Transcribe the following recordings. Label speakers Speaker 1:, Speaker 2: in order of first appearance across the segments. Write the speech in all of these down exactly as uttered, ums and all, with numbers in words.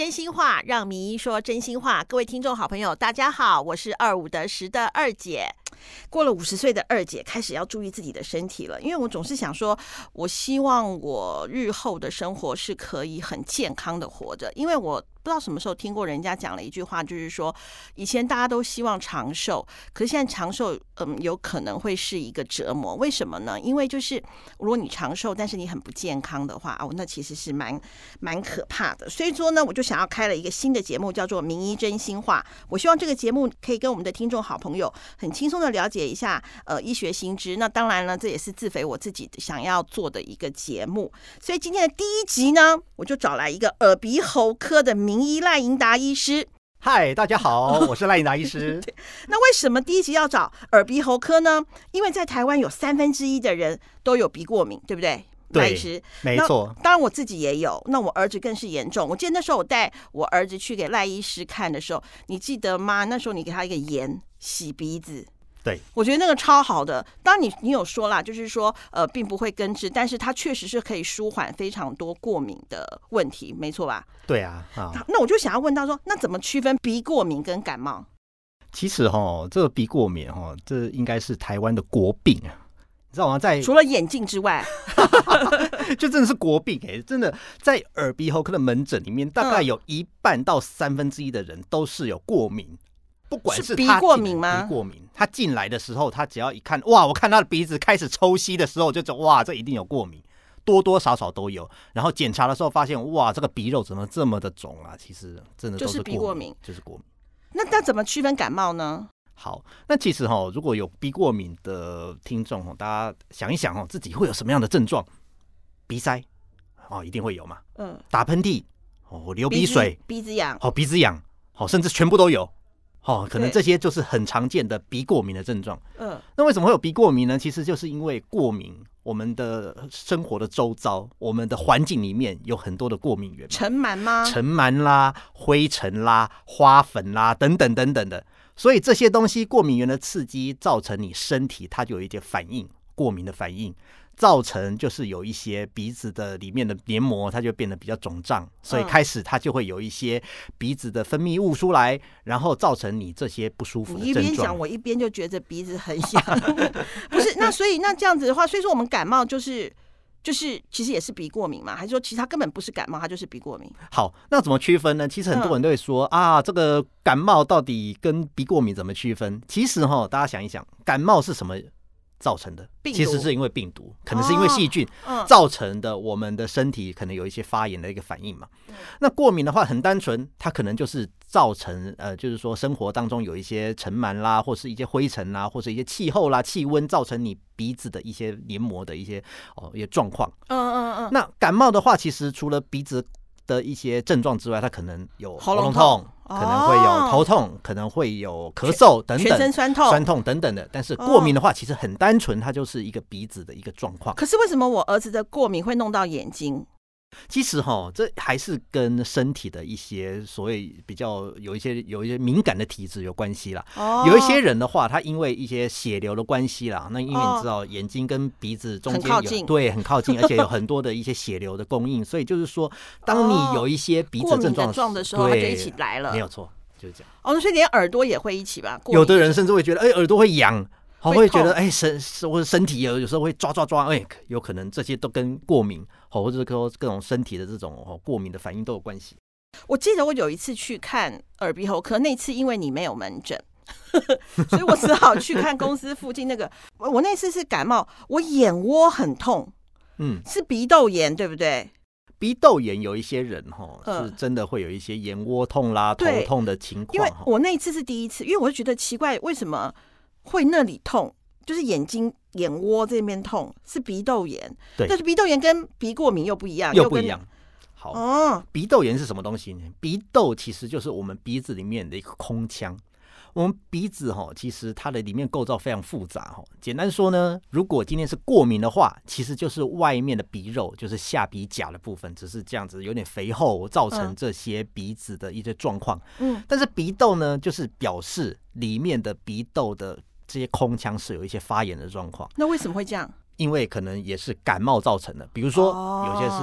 Speaker 1: 真心话，让名医说真心话。各位听众好朋友大家好，我是二五得十的二姐。过了五十岁的二姐开始要注意自己的身体了，因为我总是想说，我希望我日后的生活是可以很健康的活着。因为我不知道什么时候听过人家讲了一句话，就是说以前大家都希望长寿，可是现在长寿嗯有可能会是一个折磨。为什么呢？因为就是如果你长寿但是你很不健康的话哦，那其实是蛮蛮可怕的。所以说呢，我就想要开了一个新的节目，叫做名医真心话。我希望这个节目可以跟我们的听众好朋友很轻松的了解一下呃医学新知。那当然了，这也是自肥我自己想要做的一个节目。所以今天的第一集呢，我就找来一个耳鼻喉科的名医赖盈达医师。
Speaker 2: 嗨，大家好，我是赖盈达医师。
Speaker 1: 那为什么第一集要找耳鼻喉科呢？因为在台湾有三分之一的人都有鼻过敏，对不对？
Speaker 2: 对，没错。
Speaker 1: 当然我自己也有，那我儿子更是严重。我记得那时候我带我儿子去给赖医师看的时候，你记得吗？那时候你给他一个盐洗鼻子。
Speaker 2: 对，
Speaker 1: 我觉得那个超好的。当然你你有说啦，就是说呃，并不会根治，但是它确实是可以舒缓非常多过敏的问题，没错吧？
Speaker 2: 对啊。哦、
Speaker 1: 那我就想要问到说，那怎么区分鼻过敏跟感冒？
Speaker 2: 其实哈，这个鼻过敏哈，这应该是台湾的国病啊。你知道吗？在
Speaker 1: 除了眼镜之外，
Speaker 2: 就真的是国病哎、欸！真的在耳鼻喉科的门诊里面，大概有一半到三分之一的人都是有过敏。不管是他
Speaker 1: 鼻过敏吗？
Speaker 2: 鼻过敏，他进来的时候，他只要一看，哇，我看他的鼻子开始抽吸的时候，就觉得哇，这一定有过敏，多多少少都有。然后检查的时候发现，哇，这个鼻肉怎么这么的肿啊？其实真的都是过敏，就是过敏。
Speaker 1: 那那怎么区分感冒呢？
Speaker 2: 好，那其实哈，如果有鼻过敏的听众哈，大家想一想哦，自己会有什么样的症状？鼻塞哦，一定会有嘛。嗯。打喷嚏哦，流鼻水，
Speaker 1: 鼻子痒，
Speaker 2: 哦，鼻子痒，哦，甚至全部都有。哦，可能这些就是很常见的鼻过敏的症状。嗯。那为什么会有鼻过敏呢？其实就是因为过敏，我们的生活的周遭，我们的环境里面有很多的过敏源。
Speaker 1: 尘螨吗？
Speaker 2: 尘螨啦、灰尘啦、花粉啦等等等等的。所以这些东西过敏源的刺激，造成你身体它就有一些反应，过敏的反应，造成就是有一些鼻子的里面的黏膜，它就变得比较肿胀，所以开始它就会有一些鼻子的分泌物出来，然后造成你这些不舒服的症状。
Speaker 1: 你一边讲，我一边就觉得鼻子很痒。不是，那所以那这样子的话，所以说我们感冒就是。就是其实也是鼻过敏嘛，还是说其实它根本不是感冒，它就是鼻过敏？
Speaker 2: 好，那怎么区分呢？其实很多人都会说、嗯、啊，这个感冒到底跟鼻过敏怎么区分？其实哈，大家想一想，感冒是什么造成的？其实是因为病毒，可能是因为细菌造成的，我们的身体可能有一些发炎的一个反应嘛。嗯、那过敏的话很单纯，它可能就是造成呃，就是说生活当中有一些尘螨啦，或是一些灰尘啦，或是一些气候啦、气温造成你鼻子的一些黏膜的一些哦一些状况。嗯嗯嗯。那感冒的话，其实除了鼻子的一些症状之外，它可能有喉咙痛。可能会有头痛，可能会有咳嗽等等，
Speaker 1: 全身酸痛、
Speaker 2: 酸痛等等的。但是过敏的话，其实很单纯，它就是一个鼻子的一个状况。
Speaker 1: 可是为什么我儿子的过敏会弄到眼睛？
Speaker 2: 其实哈，这还是跟身体的一些所谓比较有一些有一些敏感的体质有关系啦。哦、有一些人的话，他因为一些血流的关系啦，那因为你知道眼睛跟鼻子中间有、
Speaker 1: 很靠近，
Speaker 2: 对，很靠近，而且有很多的一些血流的供应，所以就是说，当你有一些鼻子症状
Speaker 1: 的时候，它就一起来了，
Speaker 2: 没有错，就是这样。
Speaker 1: 哦，所以连耳朵也会一起吧？
Speaker 2: 有的人甚至会觉得，哎、欸，耳朵会痒。好，会觉得哎、欸，身或者身体有有时候会抓抓抓，哎、欸，有可能这些都跟过敏，好，或者说各种身体的这种哦过敏的反应都有关系。
Speaker 1: 我记得我有一次去看耳鼻喉科，那次因为你没有门诊，所以我只好去看公司附近那个。我那次是感冒，我眼窝很痛，嗯，是鼻窦炎，对不对？
Speaker 2: 鼻窦炎有一些人哈是真的会有一些眼窝痛啦、头痛的情况。
Speaker 1: 因为我那一次是第一次，因为我就觉得奇怪，为什么会那里痛，就是眼睛眼窝这边痛，是鼻窦炎。对，但是鼻窦炎跟鼻过敏又不一样，
Speaker 2: 又不一样。好，哦，鼻窦炎是什么东西呢？鼻窦其实就是我们鼻子里面的一个空腔。我们鼻子哈，其实它的里面构造非常复杂哈。简单说呢，如果今天是过敏的话，其实就是外面的鼻肉，就是下鼻甲的部分，只是这样子有点肥厚，造成这些鼻子的一些状况。嗯，但是鼻窦呢，就是表示里面的鼻窦的这些空腔是有一些发炎的状况。
Speaker 1: 那为什么会这样？
Speaker 2: 因为可能也是感冒造成的，比如说有些是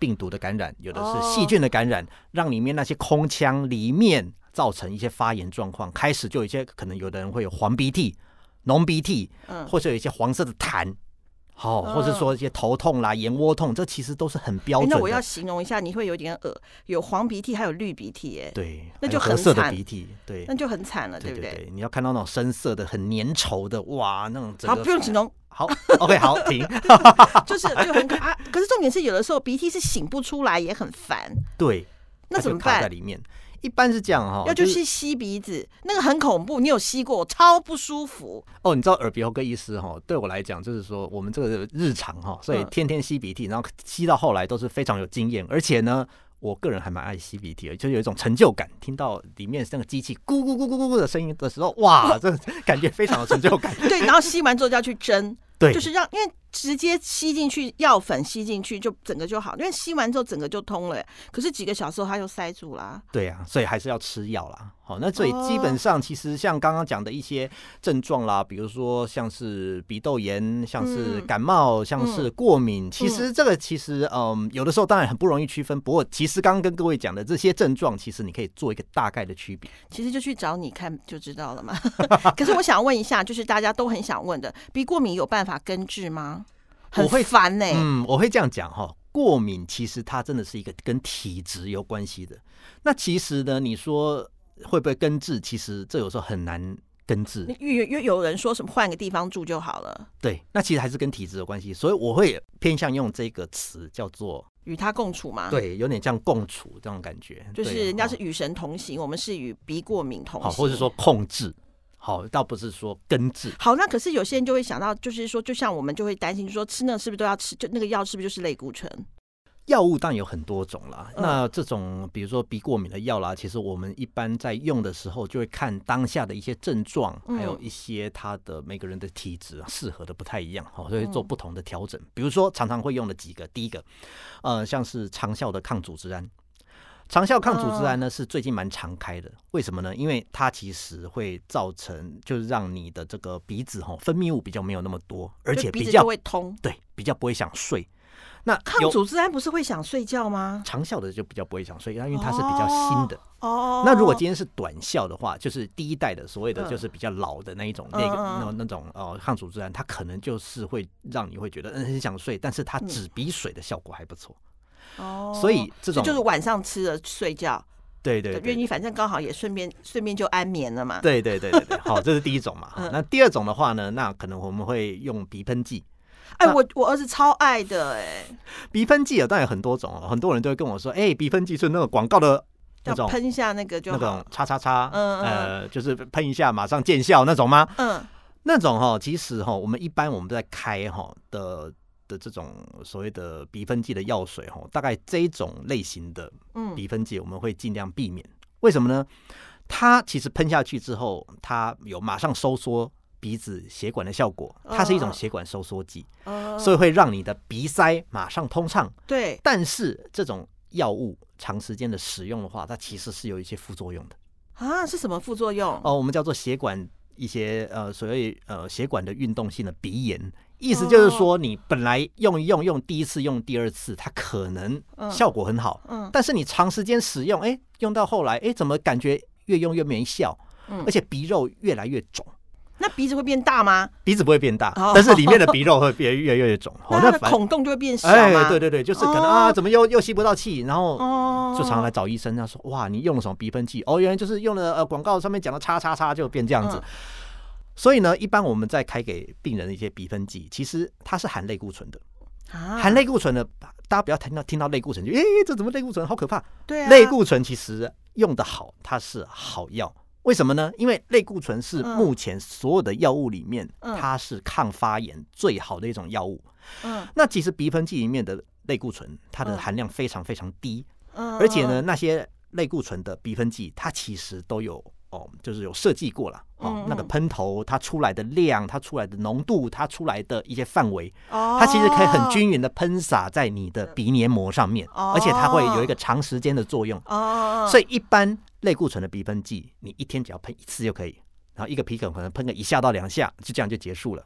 Speaker 2: 病毒的感染，有的是细菌的感染，让里面那些空腔里面造成一些发炎状况，开始就有一些可能有的人会有黄鼻涕、浓鼻涕，嗯、或者有一些黄色的痰。好、哦，或者说一些头痛啦、眼窝痛，这其实都是很标准的。
Speaker 1: 那我要形容一下，你会有点恶，有黄鼻涕，还有绿鼻涕，哎，
Speaker 2: 对，
Speaker 1: 那就很
Speaker 2: 惨。的鼻涕，对，
Speaker 1: 那就很惨了，
Speaker 2: 对
Speaker 1: 不对？
Speaker 2: 对对，你要看到那种深色的、很粘稠的，哇，那种整个
Speaker 1: 好，不用形容。
Speaker 2: 好 ，OK， 好，停。
Speaker 1: 就是就很啊，可是重点是有的时候鼻涕是擤不出来，也很烦。
Speaker 2: 对，
Speaker 1: 那怎么办？
Speaker 2: 卡在里面。一般是这样哈，
Speaker 1: 要就去吸鼻子，那个很恐怖。你有吸过，超不舒服。
Speaker 2: 哦，你知道耳鼻喉科医师哈，对我来讲就是说，我们这个日常哈，所以天天吸鼻涕，然后吸到后来都是非常有经验，而且呢，我个人还蛮爱吸鼻涕的，就有一种成就感。听到里面那个机器咕咕咕咕咕咕的声音的时候，哇，这感觉非常有成就感。
Speaker 1: 对，然后吸完之后就要去蒸。
Speaker 2: 对，
Speaker 1: 就是让，因为直接吸进去药粉吸进去就整个就好，因为吸完之后整个就通了，可是几个小时后它又塞住啦。
Speaker 2: 对啊，所以还是要吃药啦。好，那所以基本上其实像刚刚讲的一些症状啦，比如说像是鼻窦炎，像是感冒，嗯、像是过敏，嗯、其实这个其实嗯有的时候当然很不容易区分，不过其实刚刚跟各位讲的这些症状，其实你可以做一个大概的区别。
Speaker 1: 其实就去找你看就知道了嘛。可是我想问一下，就是大家都很想问的，鼻过敏有办法根治吗？很烦呢、欸。
Speaker 2: 嗯，我会这样讲哈。过敏其实它真的是一个跟体质有关系的。那其实呢，你说会不会根治？其实这有时候很难根治。
Speaker 1: 又又有人说什么换个地方住就好了。
Speaker 2: 对，那其实还是跟体质有关系。所以我会偏向用这个词叫做
Speaker 1: 与它共处嘛。
Speaker 2: 对，有点像共处这种感觉。
Speaker 1: 就是人家是与神同行，我们是与鼻过敏同行，
Speaker 2: 好，或者说控制。好，倒不是说根治。
Speaker 1: 好，那可是有些人就会想到，就是说，就像我们就会担心，就说吃那是不是都要吃？就那个药是不是就是类固醇？
Speaker 2: 药物当然有很多种啦。嗯、那这种比如说鼻过敏的药啦，其实我们一般在用的时候，就会看当下的一些症状，嗯、还有一些他的每个人的体质适合的不太一样，好，所以做不同的调整。嗯、比如说常常会用的几个，第一个，呃，像是长效的抗组织胺。长效抗组织胺呢是最近蛮常开的，为什么呢？因为它其实会造成，就是让你的这个鼻子哈分泌物比较没有那么多，而且比较
Speaker 1: 鼻子就会通，
Speaker 2: 对，比较不会想睡。那
Speaker 1: 抗组织胺不是会想睡觉吗？
Speaker 2: 长效的就比较不会想睡，因为它是比较新的。
Speaker 1: 哦。
Speaker 2: 那如果今天是短效的话，就是第一代的所谓的就是比较老的那一种、嗯、那个那种那种呃抗组织胺，它可能就是会让你会觉得嗯很想睡，但是它止鼻水的效果还不错。哦，所以这种
Speaker 1: 就是晚上吃了睡觉，
Speaker 2: 对对，
Speaker 1: 因为你反正刚好也顺便顺便就安眠了嘛。
Speaker 2: 对对对对对，好，这是第一种嘛。嗯、那第二种的话呢，那可能我们会用鼻喷剂。
Speaker 1: 哎，我我儿子超爱的哎、欸。
Speaker 2: 鼻喷剂啊，当然有很多种哦，很多人都会跟我说，哎、欸，鼻喷剂是那个广告的那种，
Speaker 1: 喷一下那个就好，
Speaker 2: 那种叉叉叉，
Speaker 1: 嗯嗯
Speaker 2: 呃，就是喷一下马上见效那种吗？
Speaker 1: 嗯，
Speaker 2: 那种哈、哦，其实哈、哦，我们一般我们在开哈、哦、的。的这种所谓的鼻喷剂的药水哈，大概这一种类型的鼻喷剂我们会尽量避免。嗯、为什么呢？它其实喷下去之后，它有马上收缩鼻子血管的效果，它是一种血管收缩剂，哦、所以会让你的鼻塞马上通畅。
Speaker 1: 对，
Speaker 2: 但是这种药物长时间的使用的话，它其实是有一些副作用的
Speaker 1: 啊。是什么副作用？
Speaker 2: 哦，我们叫做血管一些呃所谓呃血管的运动性的鼻炎。意思就是说，你本来用一用，用第一次，用第二次，它可能效果很好，嗯嗯、但是你长时间使用，哎，用到后来，哎，怎么感觉越用越没效，嗯、而且鼻肉越来越肿。
Speaker 1: 那鼻子会变大吗？
Speaker 2: 鼻子不会变大，哦、但是里面的鼻肉会变越来越肿，
Speaker 1: 那它的孔洞就会变小吗？
Speaker 2: 哎，对对对，就是可能、哦、啊，怎么又又吸不到气，然后就常常来找医生，他说哇，你用了什么鼻喷剂？哦，原来就是用了呃广告上面讲的叉叉叉就变这样子。嗯所以呢，一般我们在开给病人的一些鼻喷剂，其实它是含类固醇的。啊、含类固醇的，大家不要听到听到类固醇就，哎，这怎么类固醇好可怕？
Speaker 1: 对啊，
Speaker 2: 类固醇其实用得好，它是好药。为什么呢？因为类固醇是目前所有的药物里面，嗯、它是抗发炎最好的一种药物。嗯，那其实鼻喷剂里面的类固醇，它的含量非常非常低。嗯，而且呢，那些类固醇的鼻喷剂，它其实都有。哦，就是有设计过了，哦，嗯嗯那个喷头它出来的量、它出来的浓度、它出来的一些范围，哦、它其实可以很均匀的喷洒在你的鼻黏膜上面，哦、而且它会有一个长时间的作用。哦、所以一般类固醇的鼻喷剂，你一天只要喷一次就可以，然后一个鼻孔可能喷个一下到两下，就这样就结束了。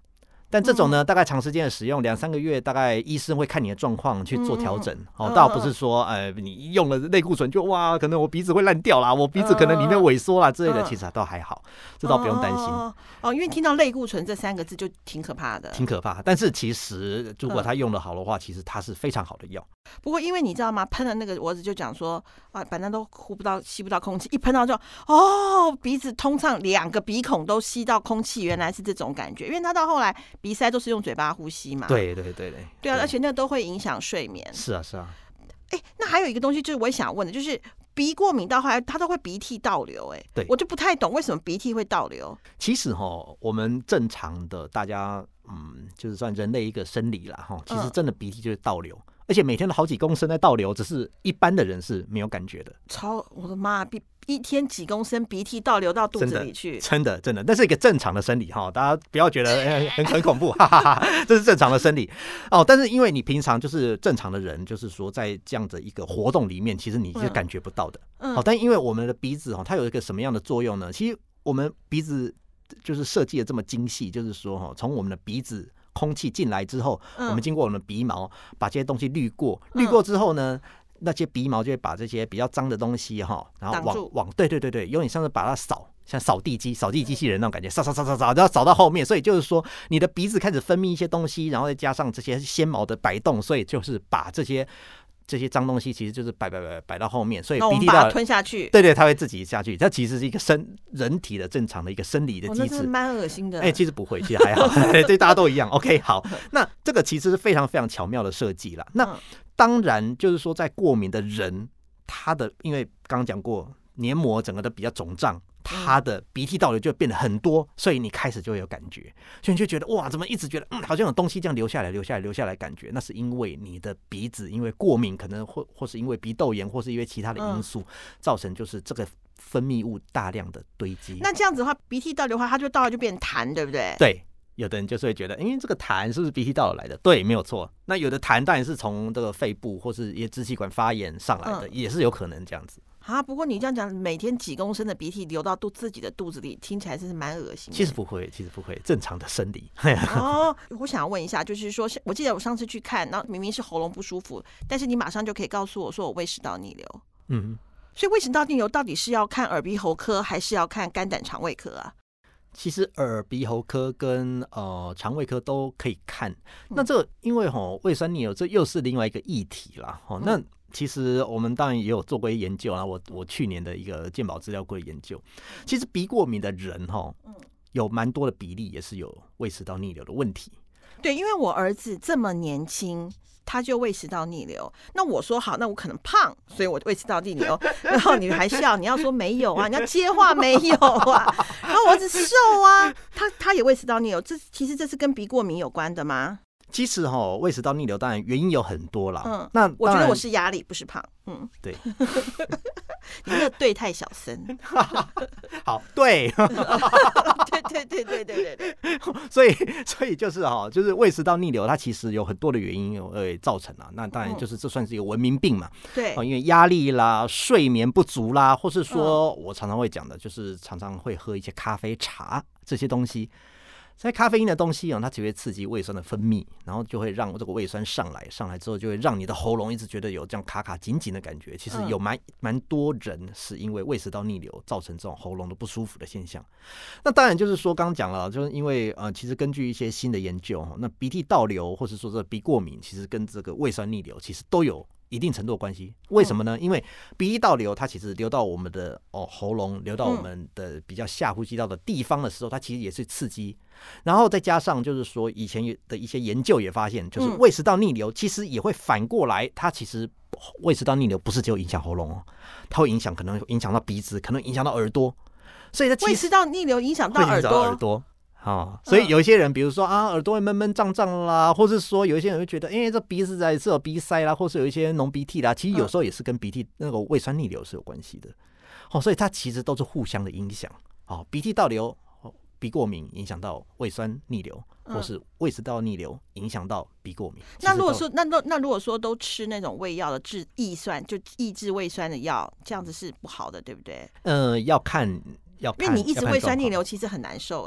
Speaker 2: 但这种呢，大概长时间的使用，两三个月，大概医生会看你的状况去做调整。哦，倒不是说，呃，你用了类固醇就哇，可能我鼻子会烂掉啦，我鼻子可能里面萎缩啦之类的，其实倒还好，这倒不用担心。
Speaker 1: 哦，因为听到类固醇这三个字就挺可怕的，
Speaker 2: 挺可怕。但是其实如果它用得好的话，其实它是非常好的药。
Speaker 1: 不过因为你知道吗，喷的那个我儿子就讲说，啊，反正都呼不到、吸不到空气，一喷到就哦，鼻子通畅，两个鼻孔都吸到空气，原来是这种感觉。因为他到后来鼻塞都是用嘴巴呼吸嘛。
Speaker 2: 对对对对。
Speaker 1: 对啊，而且那都会影响睡眠。
Speaker 2: 是啊是啊。
Speaker 1: 哎，那还有一个东西就是我也想问的，就是鼻过敏到后来他都会鼻涕倒流。哎，
Speaker 2: 对，
Speaker 1: 我就不太懂为什么鼻涕会倒流。
Speaker 2: 其实哈，我们正常的大家嗯，就是算人类一个生理啦哈，其实真的鼻涕就是倒流。嗯，而且每天都好几公升在倒流，只是一般的人是没有感觉的。
Speaker 1: 超，我的妈！鼻一天几公升鼻涕倒流到肚子里去，
Speaker 2: 真的真的，那是一个正常的生理哈，大家不要觉得、欸、很很恐怖，哈哈哈，这是正常的生理哦。但是因为你平常就是正常的人，就是说在这样的一个活动里面，其实你是感觉不到的。嗯，好，但因为我们的鼻子哈，它有一个什么样的作用呢？其实我们鼻子就是设计的这么精细，就是说哈，从我们的鼻子空气进来之后，我们经过我们的鼻毛把这些东西滤过，滤过之后呢，那些鼻毛就会把这些比较脏的东西哈，然后往往对对对对，有点像是把它扫，像扫地机、扫地机器人那种感觉，扫扫扫扫扫，然后扫到后面，所以就是说你的鼻子开始分泌一些东西，然后再加上这些纤毛的摆动，所以就是把这些。这些脏东西其实就是摆摆摆摆到后面，所以鼻涕
Speaker 1: 把它吞下去。
Speaker 2: 对对，它会自己下去。它其实是一个生人体的正常的一个生理的机制。哦，
Speaker 1: 那是蛮恶心的。
Speaker 2: 哎、欸，其实不会，其实还好，对，大家都一样。OK， 好，那这个其实是非常非常巧妙的设计啦。那当然就是说，在过敏的人，他的因为刚刚讲过，黏膜整个的比较肿胀。他的鼻涕倒流就变得很多，所以你开始就会有感觉，所以你就觉得哇，怎么一直觉得嗯，好像有东西这样流下来、流下来、流下来，感觉那是因为你的鼻子因为过敏，可能或或是因为鼻窦炎，或是因为其他的因素，造成就是这个分泌物大量的堆积。
Speaker 1: 那这样子的话，鼻涕倒流的话，它就倒了就变痰，对不对？
Speaker 2: 对。有的人就是会觉得，哎、欸，这个痰是不是鼻涕倒流来的？对，没有错。那有的痰当然是从这个肺部或是一些支气管发炎上来的，嗯、也是有可能这样子。
Speaker 1: 啊，不过你这样讲，每天几公升的鼻涕流到肚自己的肚子里，听起来真是蛮恶心的。
Speaker 2: 其实不会，其实不会，正常的生理。
Speaker 1: 哦，我想问一下，就是说，我记得我上次去看，然后明明是喉咙不舒服，但是你马上就可以告诉我说我胃食道逆流。嗯，所以胃食道逆流到底是要看耳鼻喉科，还是要看肝胆肠胃科啊？
Speaker 2: 其实耳鼻喉科跟呃肠胃科都可以看。那这个因为吼胃酸逆流这又是另外一个议题啦。哦，那其实我们当然也有做过研究啊。我我去年的一个健保资料库的研究，其实鼻过敏的人哈，有蛮多的比例也是有胃食道逆流的问题。
Speaker 1: 对，因为我儿子这么年轻。他就胃食道逆流，那我说好，那我可能胖，所以我胃食道逆流。然后你还笑，你要说没有啊，你要接话没有啊。然后我儿子瘦啊，他他也胃食道逆流，这其实这是跟鼻过敏有关的吗？
Speaker 2: 其实哈、哦，胃食道逆流当然原因有很多啦。
Speaker 1: 嗯，那我觉得我是压力，不是胖。嗯，
Speaker 2: 对。
Speaker 1: 你那个对太小声。
Speaker 2: 好，对。
Speaker 1: 对对对对对对对。
Speaker 2: 所以所以就是哈、哦，就是胃食道逆流，它其实有很多的原因呃造成啊。那当然就是这算是一个文明病嘛。
Speaker 1: 对、
Speaker 2: 嗯。因为压力啦、睡眠不足啦，或是说我常常会讲的，就是常常会喝一些咖啡、茶这些东西。在咖啡因的东西哦，它只会刺激胃酸的分泌，然后就会让这个胃酸上来，上来之后就会让你的喉咙一直觉得有这样卡卡紧紧的感觉。其实有蛮蛮多人是因为胃食道逆流造成这种喉咙的不舒服的现象。那当然就是说，刚刚讲了，就是因为呃，其实根据一些新的研究，那鼻涕倒流或者说这鼻过敏，其实跟这个胃酸逆流其实都有一定程度的关系。为什么呢？因为鼻涕倒流，它其实流到我们的哦喉咙，流到我们的比较下呼吸道的地方的时候，它其实也是刺激。然后再加上就是说，以前的一些研究也发现，就是胃食道逆流其实也会反过来，它其实胃食道逆流不是只有影响喉咙哦，它会影响可能影响到鼻子，可能影响到耳朵。所以它
Speaker 1: 胃食道逆流影响到耳朵，
Speaker 2: 耳朵。哦，所以有一些人，比如说啊，耳朵会闷闷胀胀啦，或是说有一些人会觉得，哎、欸，这鼻子在是有鼻塞啦，或是有一些浓鼻涕啦，其实有时候也是跟鼻涕那个胃酸逆流是有关系的。哦，所以它其实都是互相的影响。哦，鼻涕倒流。鼻过敏影响到胃酸逆流，或是胃食道逆流影响到鼻过敏。
Speaker 1: 那如果说那那如果说都吃那种胃药的治抑酸，就抑制胃酸的药，这样子是不好的，对不对？
Speaker 2: 呃，要看要看，
Speaker 1: 因为你一直胃酸逆流，其实很难受哎、欸。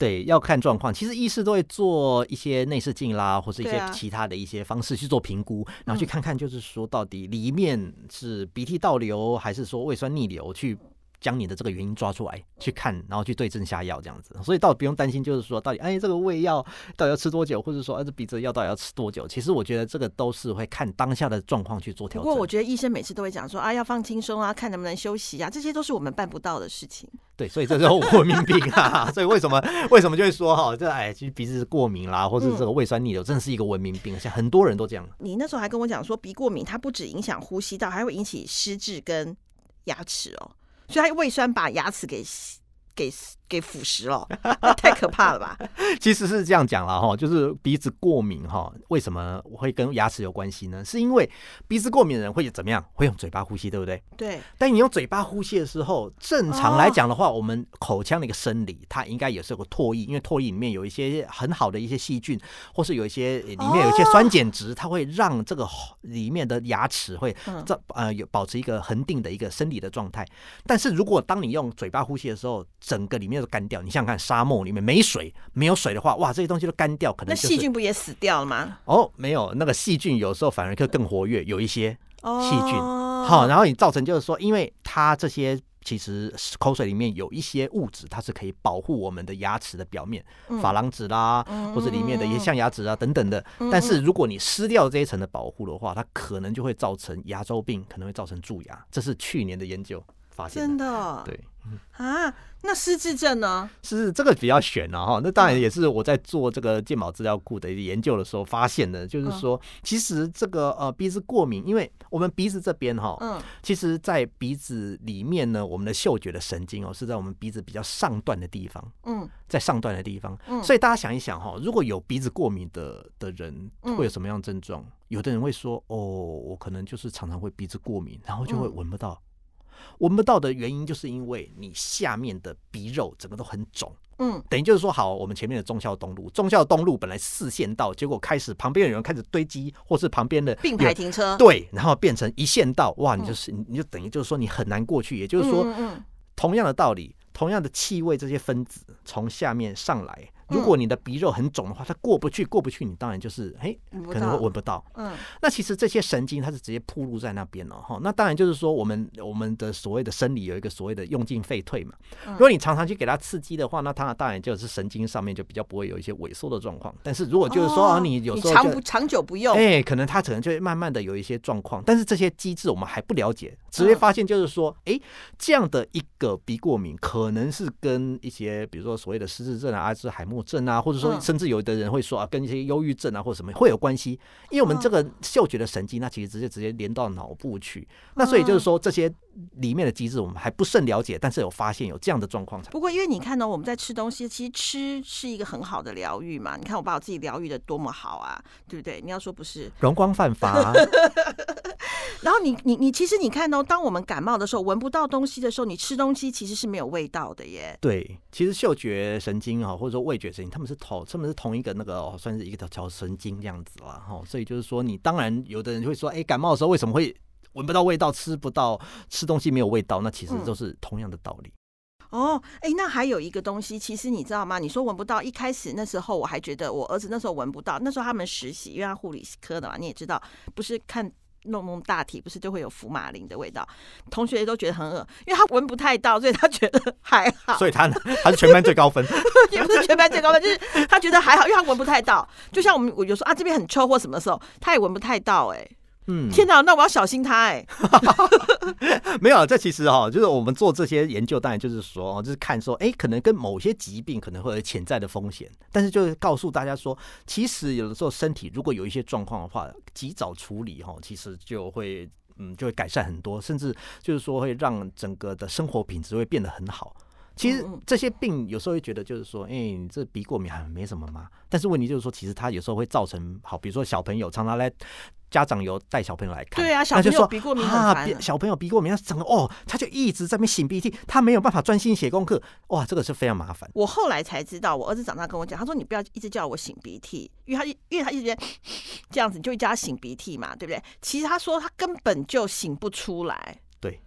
Speaker 2: 对，要看状况。其实医师都会做一些内视镜啦，或是一些
Speaker 1: 啊
Speaker 2: 其他的一些方式去做评估，然后去看看，就是说到底里面是鼻涕倒流，还是说胃酸逆流，去将你的这个原因抓出来去看，然后去对症下药这样子。所以倒不用担心，就是说到底哎这个胃药到底要吃多久，或者说哎这鼻子药到底要吃多久。其实我觉得这个都是会看当下的状况去做调整。
Speaker 1: 不过我觉得医生每次都会讲说啊要放轻松啊，看能不能休息啊，这些都是我们办不到的事情。
Speaker 2: 对，所以这是文明病啊。所以为什么为什么就会说哈，这哎其实鼻子过敏啦，或是这个胃酸逆流，真的是一个文明病，像很多人都这样。
Speaker 1: 你那时候还跟我讲说，鼻过敏它不只影响呼吸道，还会引起失智跟牙齿哦。所以它胃酸把牙齿给给给腐蚀了，太可怕了吧？
Speaker 2: 其实是这样讲啦哈，就是鼻子过敏哈，为什么会跟牙齿有关系呢？是因为鼻子过敏的人会怎么样？会用嘴巴呼吸，对不对？
Speaker 1: 对。
Speaker 2: 但你用嘴巴呼吸的时候，正常来讲的话，哦、我们口腔的一个生理，它应该也是有个唾液，因为唾液里面有一些很好的一些细菌，或是有一些里面有一些酸碱值，它会让这个里面的牙齿会这、嗯、呃有保持一个恒定的一个生理的状态。但是如果当你用嘴巴呼吸的时候，整个里面都干掉。你想想看，沙漠里面没水，没有水的话，哇，这些东西都干掉，可能、就是、
Speaker 1: 那细菌不也死掉了吗？
Speaker 2: 哦，没有，那个细菌有时候反而可以更活跃，有一些细菌。
Speaker 1: 哦、
Speaker 2: 好，然后你造成就是说，因为它这些其实口水里面有一些物质，它是可以保护我们的牙齿的表面，珐琅质啦，嗯、或者里面的一些象牙质啊等等的。嗯、但是如果你失掉这一层的保护的话，它可能就会造成牙周病，可能会造成蛀牙。这是去年的研究发现的。
Speaker 1: 真的？
Speaker 2: 对。
Speaker 1: 啊，那失智症呢？
Speaker 2: 是这个比较悬啊哈。那当然也是我在做这个健保资料库的研究的时候发现的，就是说，嗯、其实这个呃鼻子过敏，因为我们鼻子这边哈，嗯，其实在鼻子里面呢，我们的嗅觉的神经哦是在我们鼻子比较上段的地方，嗯，在上段的地方，嗯，所以大家想一想哈，如果有鼻子过敏的的人会有什么样的症状？嗯、有的人会说，哦，我可能就是常常会鼻子过敏，然后就会闻不到。嗯闻不到的原因就是因为你下面的鼻肉整个都很肿，嗯，等于就是说，好，我们前面的忠孝东路，忠孝东路本来四线道，结果开始旁边有人开始堆积，或是旁边的
Speaker 1: 并排停车，
Speaker 2: 对，然后变成一线道，哇，你就是、嗯、你就等于就是说你很难过去，也就是说，嗯嗯嗯同样的道理，同样的气味，这些分子从下面上来。如果你的鼻肉很肿的话，它过不去，过不去，你当然就是哎，可能会闻不到。嗯，那其实这些神经它是直接暴露在那边了哈。那当然就是说，我们我们的所谓的生理有一个所谓的用进废退嘛。如果你常常去给它刺激的话，那它当然就是神经上面就比较不会有一些萎缩的状况。但是如果就是说、哦、你有时候
Speaker 1: 你长不长久不用，
Speaker 2: 哎，可能它可能就会慢慢的有一些状况。但是这些机制我们还不了解，只会发现就是说，哎，这样的一个鼻过敏可能是跟一些比如说所谓的失智症啊、阿兹海默症啊，或者说甚至有的人会说啊，跟一些忧郁症啊或者什么会有关系，因为我们这个嗅觉的神经，那其实直接直接连到脑部去。那所以就是说这些里面的机制我们还不甚了解，但是有发现有这样的状况。
Speaker 1: 不过因为你看到、哦、我们在吃东西，其实吃是一个很好的疗愈嘛。你看我把我自己疗愈的多么好啊，对不对？你要说不是，
Speaker 2: 容光焕发。
Speaker 1: 然后你你你其实你看到、哦，当我们感冒的时候，闻不到东西的时候，你吃东西其实是没有味道的耶。
Speaker 2: 对，其实嗅觉神经啊，或者说味觉神经，他们是同他们是同一个那个、哦、算是一个条神经这样子啦。哈、哦，所以就是说，你当然有的人会说，哎，感冒的时候为什么会闻不到味道，吃不到吃东西没有味道？那其实都是同样的道理。
Speaker 1: 嗯、哦，哎，那还有一个东西，其实你知道吗？你说闻不到，一开始那时候我还觉得我儿子那时候闻不到，那时候他们实习，因为他护理科的嘛，你也知道，不是看。弄弄大体不是就会有福马林的味道，同学都觉得很恶，因为他闻不太到，所以他觉得还好。
Speaker 2: 所以他他是全班最高分，
Speaker 1: 也不是全班最高分，就是他觉得还好，因为他闻不太到。就像我们我有时候啊这边很臭或什么的时候，他也闻不太到、欸，哎。嗯，天哪，那我要小心他哎、
Speaker 2: 欸。没有，这其实哈，就是我们做这些研究，当然就是说，就是看说，哎、欸，可能跟某些疾病可能会有潜在的风险，但是就是告诉大家说，其实有的时候身体如果有一些状况的话，及早处理哈，其实就会嗯就会改善很多，甚至就是说会让整个的生活品质会变得很好。其实这些病有时候会觉得就是说，哎、欸，你这鼻过敏还没什么嘛。但是问题就是说，其实它有时候会造成好，比如说小朋友常常来，家长有带小朋友来看，
Speaker 1: 对啊，小朋友鼻过敏很烦、啊，
Speaker 2: 小朋友鼻过敏，他整个哦，他就一直在那边擤鼻涕，他没有办法专心写功课，哇，这个是非常麻烦。
Speaker 1: 我后来才知道，我儿子长大跟我讲，他说你不要一直叫我擤鼻涕，因为他因为他一直这样子，你就叫他擤鼻涕嘛，对不对？其实他说他根本就擤不出来。
Speaker 2: 对。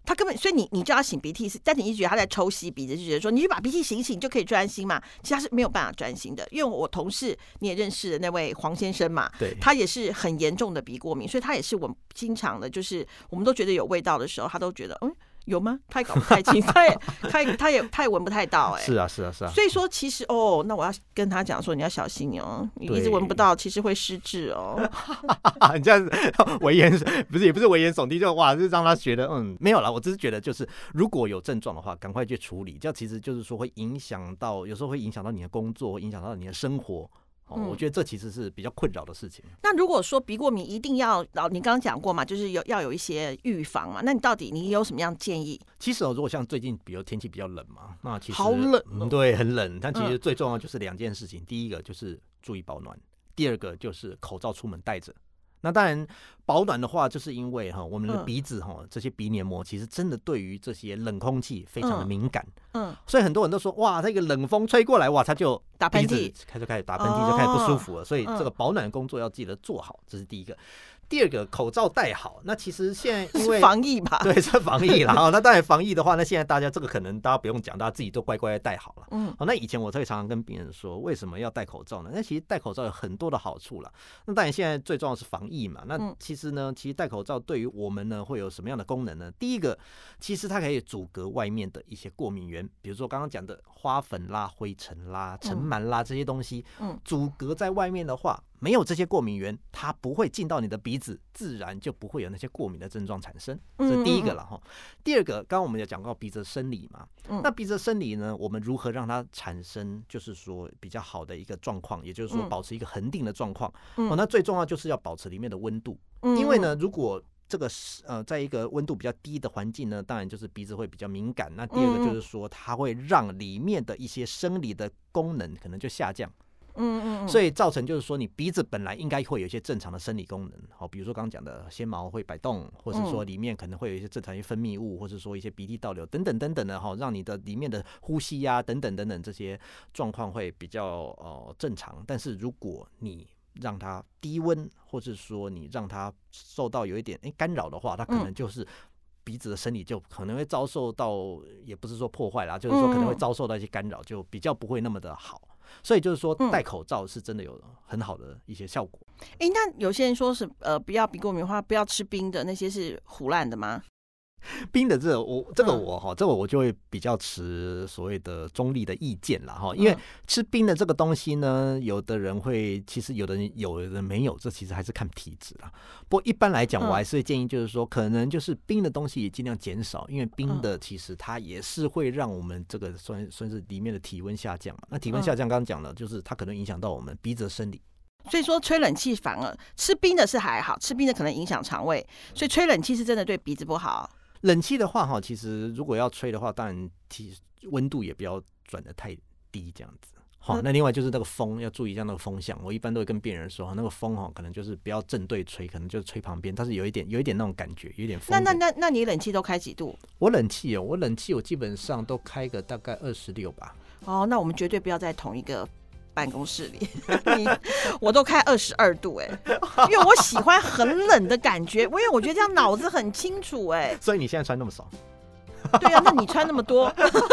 Speaker 1: 他根本，所以你你叫他擤鼻涕是，但你一直觉得他在抽吸鼻子，就觉得说你就把鼻涕擤一擤就可以专心嘛。其实他是没有办法专心的，因为我同事你也认识的那位黄先生嘛，
Speaker 2: 对，
Speaker 1: 他也是很严重的鼻过敏，所以他也是我们经常的，就是我们都觉得有味道的时候，他都觉得嗯。有吗？他也搞不太清，他也他也他也他也闻不太到哎、欸。
Speaker 2: 是啊是啊是啊。
Speaker 1: 所以说其实哦，那我要跟他讲说你要小心哦，你一直闻不到，其实会失智哦。
Speaker 2: 你这样子危言不是也不是危言耸听，就哇，就让他觉得嗯没有啦。我只是觉得就是如果有症状的话，赶快去处理。这样其实就是说会影响到，有时候会影响到你的工作，会影响到你的生活。哦，我觉得这其实是比较困扰的事情。
Speaker 1: 那如果说鼻过敏一定要，你刚刚讲过嘛，就是有要有一些预防嘛，那你到底你有什么样的建议？
Speaker 2: 其实、哦、如果像最近比如天气比较冷嘛，那其实
Speaker 1: 好冷、哦
Speaker 2: 嗯，对，很冷。但其实最重要就是两件事情，嗯、第一个就是注意保暖，第二个就是口罩出门戴着。那当然，保暖的话，就是因为哈，我们的鼻子哈，这些鼻黏膜其实真的对于这些冷空气非常的敏感，嗯，嗯所以很多人都说，哇，这个冷风吹过来，哇，他就
Speaker 1: 打喷嚏，
Speaker 2: 开始开始打喷嚏，哦、就开始不舒服了。所以这个保暖工作要记得做好，这是第一个。第二个，口罩戴好。那其实现在因为
Speaker 1: 防疫吧，
Speaker 2: 对，是防疫啦。那当然防疫的话，那现在大家这个可能大家不用讲，大家自己都乖乖的戴好了。嗯，那以前我会常常跟病人说，为什么要戴口罩呢？那其实戴口罩有很多的好处啦。那当然现在最重要的是防疫嘛。那其实呢，其实戴口罩对于我们呢会有什么样的功能呢？第一个，其实它可以阻隔外面的一些过敏源，比如说刚刚讲的花粉啦、灰尘啦、尘螨啦这些东西，嗯，阻隔在外面的话。没有这些过敏源，它不会进到你的鼻子，自然就不会有那些过敏的症状产生。这是第一个了哈。第二个，刚刚我们有讲到鼻子的生理嘛，嗯、那鼻子的生理呢，我们如何让它产生就是说比较好的一个状况，也就是说保持一个恒定的状况。嗯、哦，那最重要就是要保持里面的温度，嗯、因为呢，如果这个呃，在一个温度比较低的环境呢，当然就是鼻子会比较敏感。那第二个就是说，它会让里面的一些生理的功能可能就下降。嗯嗯，所以造成就是说，你鼻子本来应该会有一些正常的生理功能，好，比如说刚刚讲的纤毛会摆动，或者说里面可能会有一些正常的分泌物，或者说一些鼻涕倒流等等等等的哈，让你的里面的呼吸呀、啊、等等等等这些状况会比较呃正常。但是如果你让它低温，或者说你让它受到有一点哎干扰的话，它可能就是鼻子的生理就可能会遭受到，也不是说破坏啦，就是说可能会遭受到一些干扰，就比较不会那么的好。所以就是说，戴口罩是真的有很好的一些效果。
Speaker 1: 哎、嗯，那有些人说是呃，不要鼻过敏的话，不要吃冰的，那些是唬烂的吗？
Speaker 2: 冰的这个我这个我哈，这个我就会比较持所谓的中立的意见啦哈，因为吃冰的这个东西呢，有的人会，其实有的人有的人没有，这其实还是看体质啦。不过一般来讲，我还是会建议就是说，可能就是冰的东西也尽量减少，因为冰的其实它也是会让我们这个算算是里面的体温下降嘛。那体温下降，刚刚讲了，就是它可能影响到我们鼻子的生理。
Speaker 1: 所以说吹冷气反而吃冰的是还好，吃冰的可能影响肠胃，所以吹冷气是真的对鼻子不好。
Speaker 2: 冷气的话，其实如果要吹的话，当然温度也不要转得太低，这样子。好，那另外就是那个风要注意一下那个风向。我一般都会跟病人说，那个风可能就是不要正对吹，可能就是吹旁边，但是有一点有一点那种感觉，有一点风。
Speaker 1: 那那那那你冷气都开几度？
Speaker 2: 我冷气哦，我冷气我基本上都开个大概二十六吧。
Speaker 1: 哦，那我们绝对不要在同一个办公室里，你我都开二十二度哎、欸，因为我喜欢很冷的感觉，因为我觉得这样脑子很清楚哎、欸。
Speaker 2: 所以你现在穿那么少？
Speaker 1: 对啊，那你穿那么多。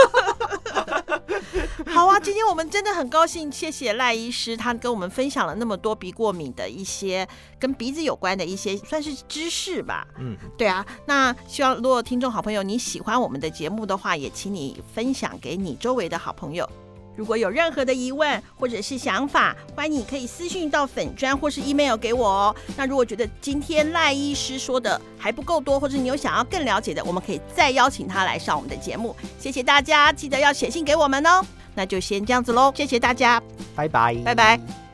Speaker 1: 好啊，今天我们真的很高兴，谢谢赖医师，他跟我们分享了那么多鼻过敏的一些跟鼻子有关的一些算是知识吧。嗯，对啊，那希望如果听众好朋友你喜欢我们的节目的话，也请你分享给你周围的好朋友。如果有任何的疑问或者是想法，欢迎你可以私讯到粉专或是 email 给我哦。那如果觉得今天赖医师说的还不够多，或者你有想要更了解的，我们可以再邀请他来上我们的节目。谢谢大家，记得要写信给我们哦。那就先这样子咯，谢谢大家，
Speaker 2: 拜拜，
Speaker 1: 拜拜。